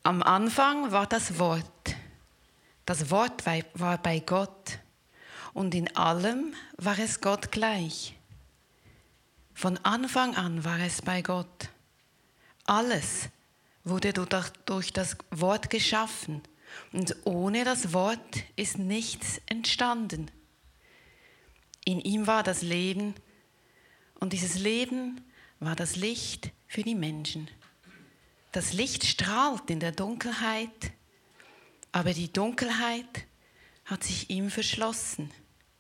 Am Anfang war das Wort. Das Wort war bei Gott. Und in allem war es Gott gleich. Von Anfang an war es bei Gott. Alles wurde durch das Wort geschaffen. Und ohne das Wort ist nichts entstanden. In ihm war das Leben. Und dieses Leben war das Licht für die Menschen. Das Licht strahlt in der Dunkelheit, aber die Dunkelheit hat sich ihm verschlossen.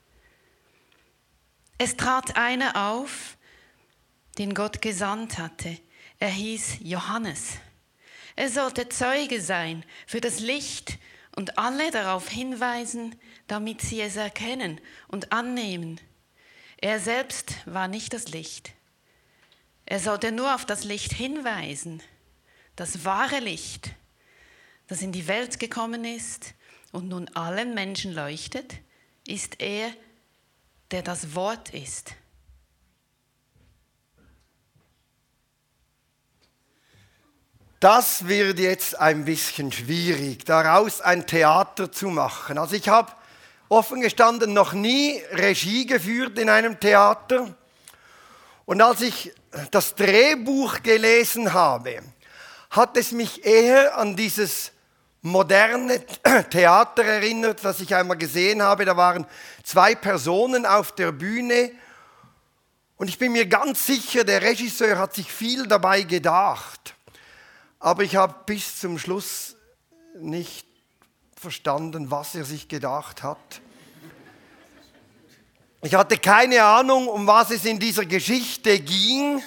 Es trat einer auf, den Gott gesandt hatte. Er hieß Johannes. Er sollte Zeuge sein für das Licht und alle darauf hinweisen, damit sie es erkennen und annehmen. Er selbst war nicht das Licht. Er sollte nur auf das Licht hinweisen, das wahre Licht, das in die Welt gekommen ist und nun allen Menschen leuchtet, ist er, der das Wort ist. Das wird jetzt ein bisschen schwierig, daraus ein Theater zu machen. Also ich habe offen gestanden noch nie Regie geführt in einem Theater. Und als ich das Drehbuch gelesen habe, hat es mich eher an dieses moderne Theater erinnert, das ich einmal gesehen habe. Da waren 2 Personen auf der Bühne. Und ich bin mir ganz sicher, der Regisseur hat sich viel dabei gedacht. Aber ich habe bis zum Schluss nicht verstanden, was er sich gedacht hat. Ich hatte keine Ahnung, um was es in dieser Geschichte ging.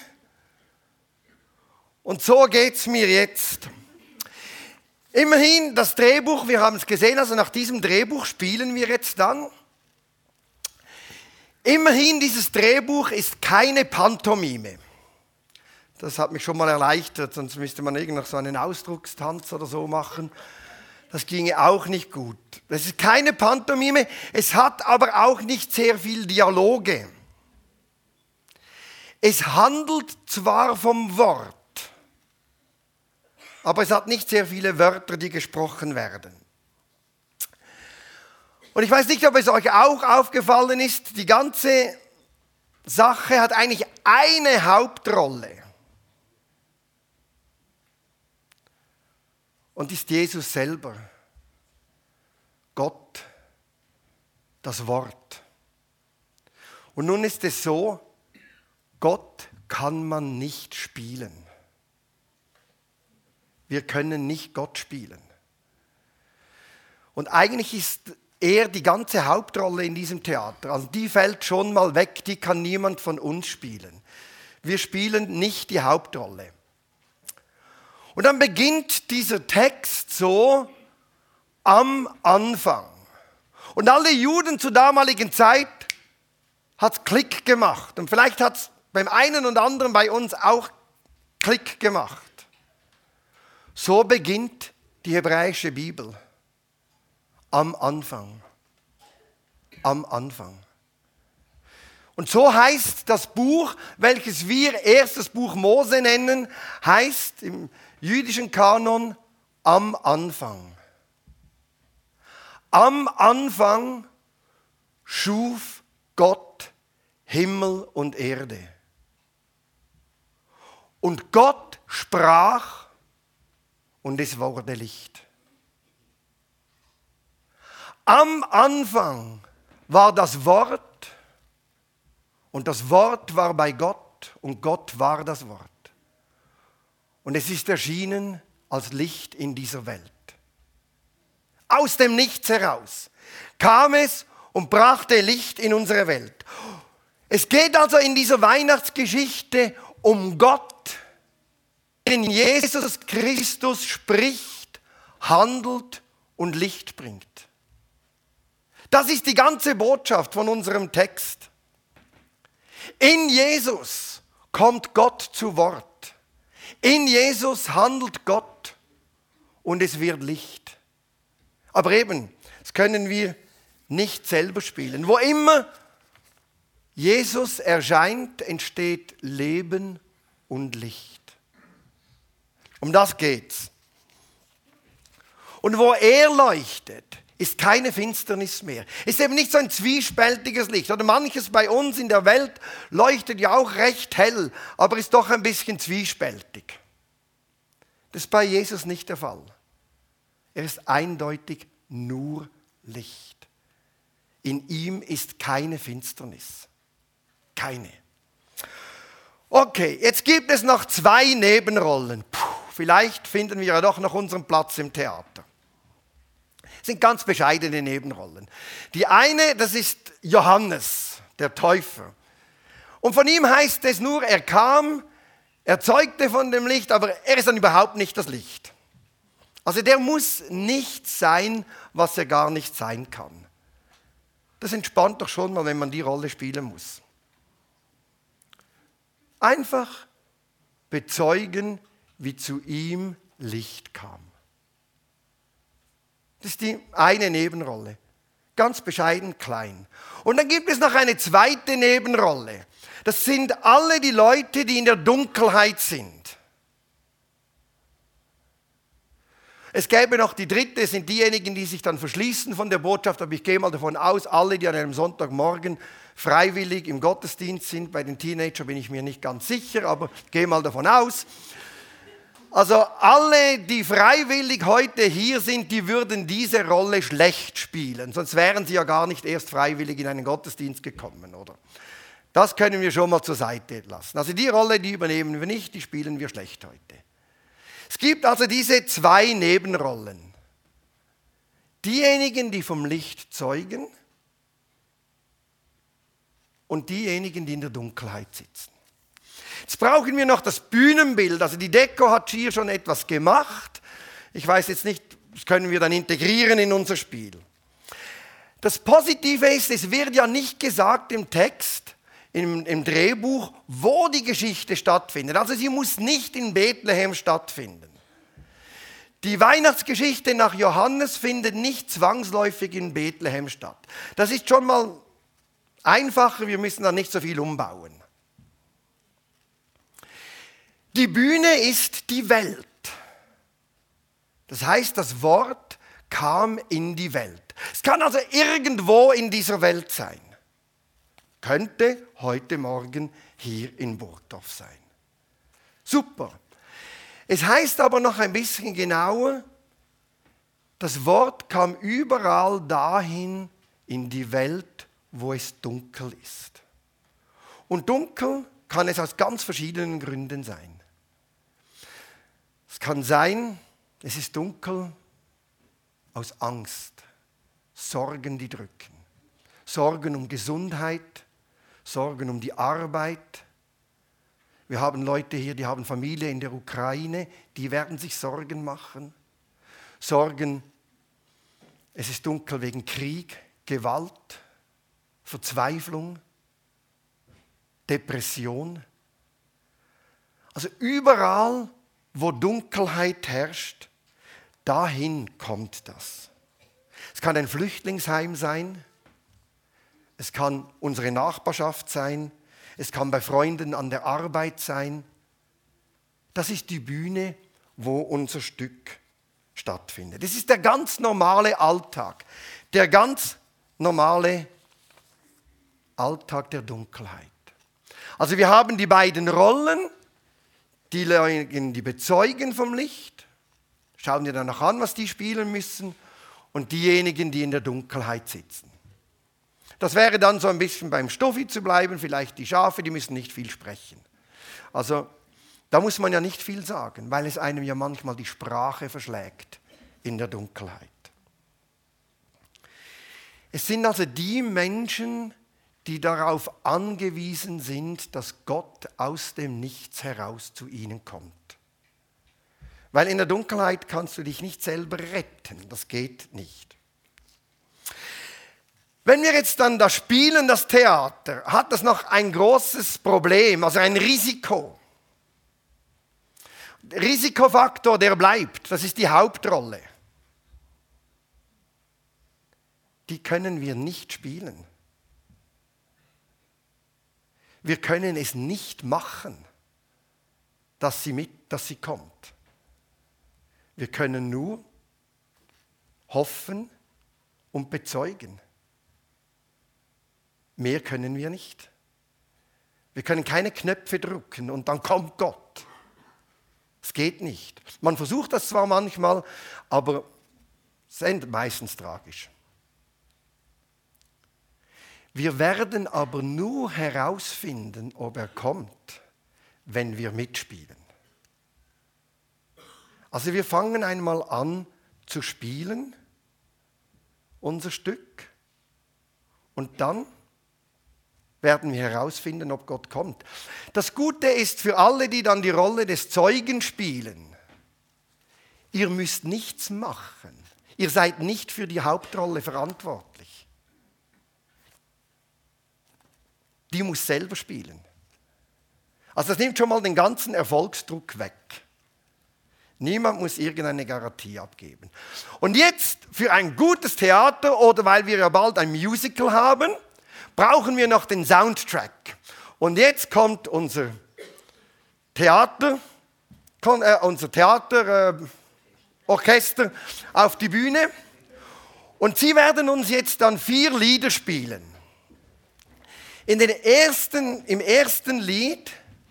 Und so geht es mir jetzt. Immerhin, das Drehbuch, wir haben es gesehen, also nach diesem Drehbuch spielen wir jetzt dann. Immerhin, dieses Drehbuch ist keine Pantomime. Das hat mich schon mal erleichtert, sonst müsste man noch so einen Ausdruckstanz oder so machen. Das ginge auch nicht gut. Das ist keine Pantomime, es hat aber auch nicht sehr viel Dialoge. Es handelt zwar vom Wort, aber es hat nicht sehr viele Wörter, die gesprochen werden. Und ich weiß nicht, ob es euch auch aufgefallen ist, die ganze Sache hat eigentlich eine Hauptrolle. Und ist Jesus selber, Gott, das Wort. Und nun ist es so, Gott kann man nicht spielen. Wir können nicht Gott spielen. Und eigentlich ist er die ganze Hauptrolle in diesem Theater. Also die fällt schon mal weg, die kann niemand von uns spielen. Wir spielen nicht die Hauptrolle. Und dann beginnt dieser Text so am Anfang. Und alle Juden zur damaligen Zeit hat es Klick gemacht. Und vielleicht hat es beim einen und anderen bei uns auch Klick gemacht. So beginnt die hebräische Bibel. Am Anfang. Am Anfang. Und so heißt das Buch, welches wir erstes Buch Mose nennen, heißt im jüdischen Kanon am Anfang. Am Anfang schuf Gott Himmel und Erde. Und Gott sprach und es wurde Licht. Am Anfang war das Wort und das Wort war bei Gott und Gott war das Wort. Und es ist erschienen als Licht in dieser Welt. Aus dem Nichts heraus kam es und brachte Licht in unsere Welt. Es geht also in dieser Weihnachtsgeschichte um Gott, der in Jesus Christus spricht, handelt und Licht bringt. Das ist die ganze Botschaft von unserem Text. In Jesus kommt Gott zu Wort. In Jesus handelt Gott und es wird Licht. Aber eben, das können wir nicht selber spielen. Wo immer Jesus erscheint, entsteht Leben und Licht. Um das geht's. Und wo er leuchtet, ist keine Finsternis mehr. Ist eben nicht so ein zwiespältiges Licht. Oder manches bei uns in der Welt leuchtet ja auch recht hell, aber ist doch ein bisschen zwiespältig. Das ist bei Jesus nicht der Fall. Er ist eindeutig nur Licht. In ihm ist keine Finsternis. Keine. Okay, jetzt gibt es noch 2 Nebenrollen. Vielleicht finden wir ja doch noch unseren Platz im Theater. Das sind ganz bescheidene Nebenrollen. Die eine, das ist Johannes, der Täufer. Und von ihm heißt es nur, er kam, er zeugte von dem Licht, aber er ist dann überhaupt nicht das Licht. Also der muss nicht sein, was er gar nicht sein kann. Das entspannt doch schon mal, wenn man die Rolle spielen muss. Einfach bezeugen, wie zu ihm Licht kam. Das ist die eine Nebenrolle. Ganz bescheiden klein. Und dann gibt es noch eine zweite Nebenrolle. Das sind alle die Leute, die in der Dunkelheit sind. Es gäbe noch die dritte, das sind diejenigen, die sich dann verschließen von der Botschaft. Aber ich gehe mal davon aus, alle, die an einem Sonntagmorgen freiwillig im Gottesdienst sind, bei den Teenagern bin ich mir nicht ganz sicher, aber ich gehe mal davon aus. Also alle, die freiwillig heute hier sind, die würden diese Rolle schlecht spielen. Sonst wären sie ja gar nicht erst freiwillig in einen Gottesdienst gekommen, oder? Das können wir schon mal zur Seite lassen. Also die Rolle, die übernehmen wir nicht, die spielen wir schlecht heute. Es gibt also diese 2 Nebenrollen. Diejenigen, die vom Licht zeugen und diejenigen, die in der Dunkelheit sitzen. Jetzt brauchen wir noch das Bühnenbild. Also die Deko hat hier schon etwas gemacht. Ich weiß jetzt nicht, das können wir dann integrieren in unser Spiel. Das Positive ist, es wird ja nicht gesagt im Text, im Drehbuch, wo die Geschichte stattfindet. Also sie muss nicht in Bethlehem stattfinden. Die Weihnachtsgeschichte nach Johannes findet nicht zwangsläufig in Bethlehem statt. Das ist schon mal einfacher, wir müssen da nicht so viel umbauen. Die Bühne ist die Welt. Das heißt, das Wort kam in die Welt. Es kann also irgendwo in dieser Welt sein. Könnte heute Morgen hier in Burgdorf sein. Super. Es heißt aber noch ein bisschen genauer, das Wort kam überall dahin in die Welt, wo es dunkel ist. Und dunkel kann es aus ganz verschiedenen Gründen sein. Es kann sein, es ist dunkel aus Angst, Sorgen, die drücken. Sorgen um Gesundheit, Sorgen um die Arbeit. Wir haben Leute hier, die haben Familie in der Ukraine, die werden sich Sorgen machen. Sorgen, es ist dunkel wegen Krieg, Gewalt, Verzweiflung, Depression. Also überall, wo Dunkelheit herrscht, dahin kommt das. Es kann ein Flüchtlingsheim sein, es kann unsere Nachbarschaft sein, es kann bei Freunden an der Arbeit sein. Das ist die Bühne, wo unser Stück stattfindet. Das ist der ganz normale Alltag, der ganz normale Alltag der Dunkelheit. Also wir haben die beiden Rollen, diejenigen, die bezeugen vom Licht, schauen wir danach an, was die spielen müssen, und diejenigen, die in der Dunkelheit sitzen. Das wäre dann so ein bisschen beim Stoffi zu bleiben, vielleicht die Schafe, die müssen nicht viel sprechen. Also da muss man ja nicht viel sagen, weil es einem ja manchmal die Sprache verschlägt in der Dunkelheit. Es sind also die Menschen, die darauf angewiesen sind, dass Gott aus dem Nichts heraus zu ihnen kommt. Weil in der Dunkelheit kannst du dich nicht selber retten, das geht nicht. Wenn wir jetzt dann das spielen, das Theater, hat das noch ein großes Problem, also ein Risiko. Der Risikofaktor, der bleibt, das ist die Hauptrolle. Die können wir nicht spielen. Wir können es nicht machen, dass sie kommt. Wir können nur hoffen und bezeugen. Mehr können wir nicht. Wir können keine Knöpfe drücken und dann kommt Gott. Es geht nicht. Man versucht das zwar manchmal, aber es endet meistens tragisch. Wir werden aber nur herausfinden, ob er kommt, wenn wir mitspielen. Also wir fangen einmal an zu spielen, unser Stück, und dann werden wir herausfinden, ob Gott kommt. Das Gute ist für alle, die dann die Rolle des Zeugen spielen, ihr müsst nichts machen. Ihr seid nicht für die Hauptrolle verantwortlich. Die muss selber spielen. Also das nimmt schon mal den ganzen Erfolgsdruck weg. Niemand muss irgendeine Garantie abgeben. Und jetzt für ein gutes Theater oder weil wir ja bald ein Musical haben, brauchen wir noch den Soundtrack. Und jetzt kommt unser Theaterorchester auf die Bühne und sie werden uns jetzt dann 4 Lieder spielen. Im ersten Lied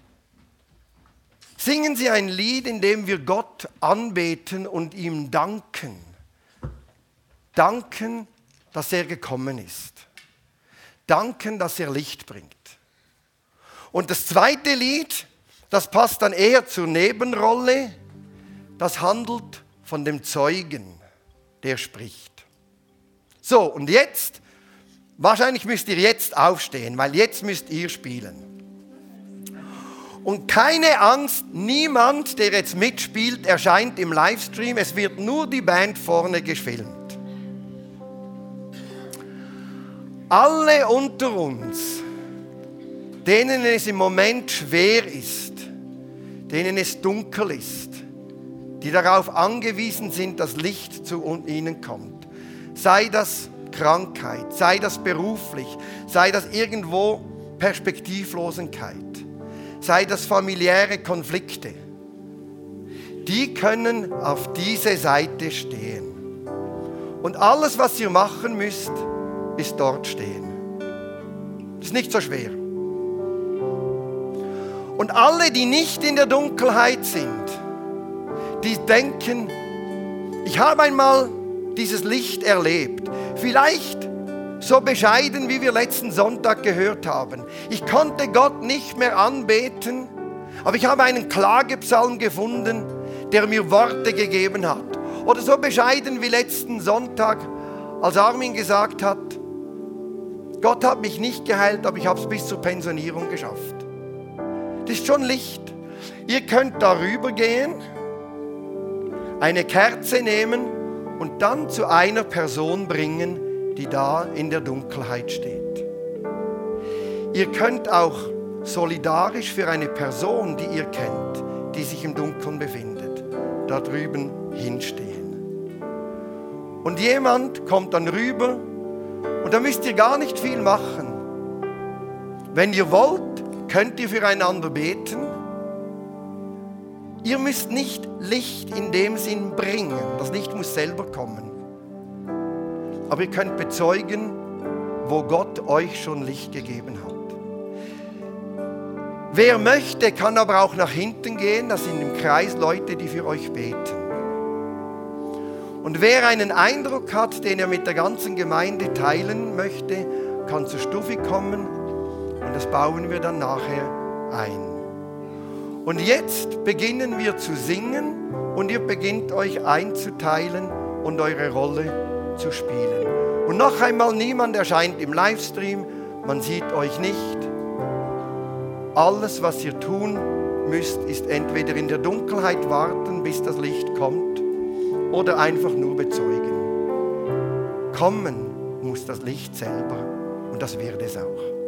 singen sie ein Lied, in dem wir Gott anbeten und ihm danken. Danken, dass er gekommen ist. Danken, dass er Licht bringt. Und das zweite Lied, das passt dann eher zur Nebenrolle, das handelt von dem Zeugen, der spricht. So, und jetzt, wahrscheinlich müsst ihr jetzt aufstehen, weil jetzt müsst ihr spielen. Und keine Angst, niemand, der jetzt mitspielt, erscheint im Livestream. Es wird nur die Band vorne gefilmt. Alle unter uns, denen es im Moment schwer ist, denen es dunkel ist, die darauf angewiesen sind, dass Licht zu ihnen kommt, sei das Krankheit, sei das beruflich, sei das irgendwo Perspektivlosigkeit, sei das familiäre Konflikte, die können auf diese Seite stehen. Und alles, was ihr machen müsst, ist dort stehen. Das ist nicht so schwer. Und alle, die nicht in der Dunkelheit sind, die denken, ich habe einmal dieses Licht erlebt. Vielleicht so bescheiden, wie wir letzten Sonntag gehört haben. Ich konnte Gott nicht mehr anbeten, aber ich habe einen Klagepsalm gefunden, der mir Worte gegeben hat. Oder so bescheiden wie letzten Sonntag, als Armin gesagt hat, Gott hat mich nicht geheilt, aber ich habe es bis zur Pensionierung geschafft. Das ist schon Licht. Ihr könnt darüber gehen, eine Kerze nehmen und dann zu einer Person bringen, die da in der Dunkelheit steht. Ihr könnt auch solidarisch für eine Person, die ihr kennt, die sich im Dunkeln befindet, da drüben hinstehen. Und jemand kommt dann rüber und da müsst ihr gar nicht viel machen. Wenn ihr wollt, könnt ihr füreinander beten. Ihr müsst nicht Licht in dem Sinn bringen. Das Licht muss selber kommen. Aber ihr könnt bezeugen, wo Gott euch schon Licht gegeben hat. Wer möchte, kann aber auch nach hinten gehen. Das sind im Kreis Leute, die für euch beten. Und wer einen Eindruck hat, den er mit der ganzen Gemeinde teilen möchte, kann zur Stufe kommen und das bauen wir dann nachher ein. Und jetzt beginnen wir zu singen und ihr beginnt euch einzuteilen und eure Rolle zu spielen. Und noch einmal, niemand erscheint im Livestream, man sieht euch nicht. Alles, was ihr tun müsst, ist entweder in der Dunkelheit warten, bis das Licht kommt, oder einfach nur bezeugen. Kommen muss das Licht selber und das wird es auch.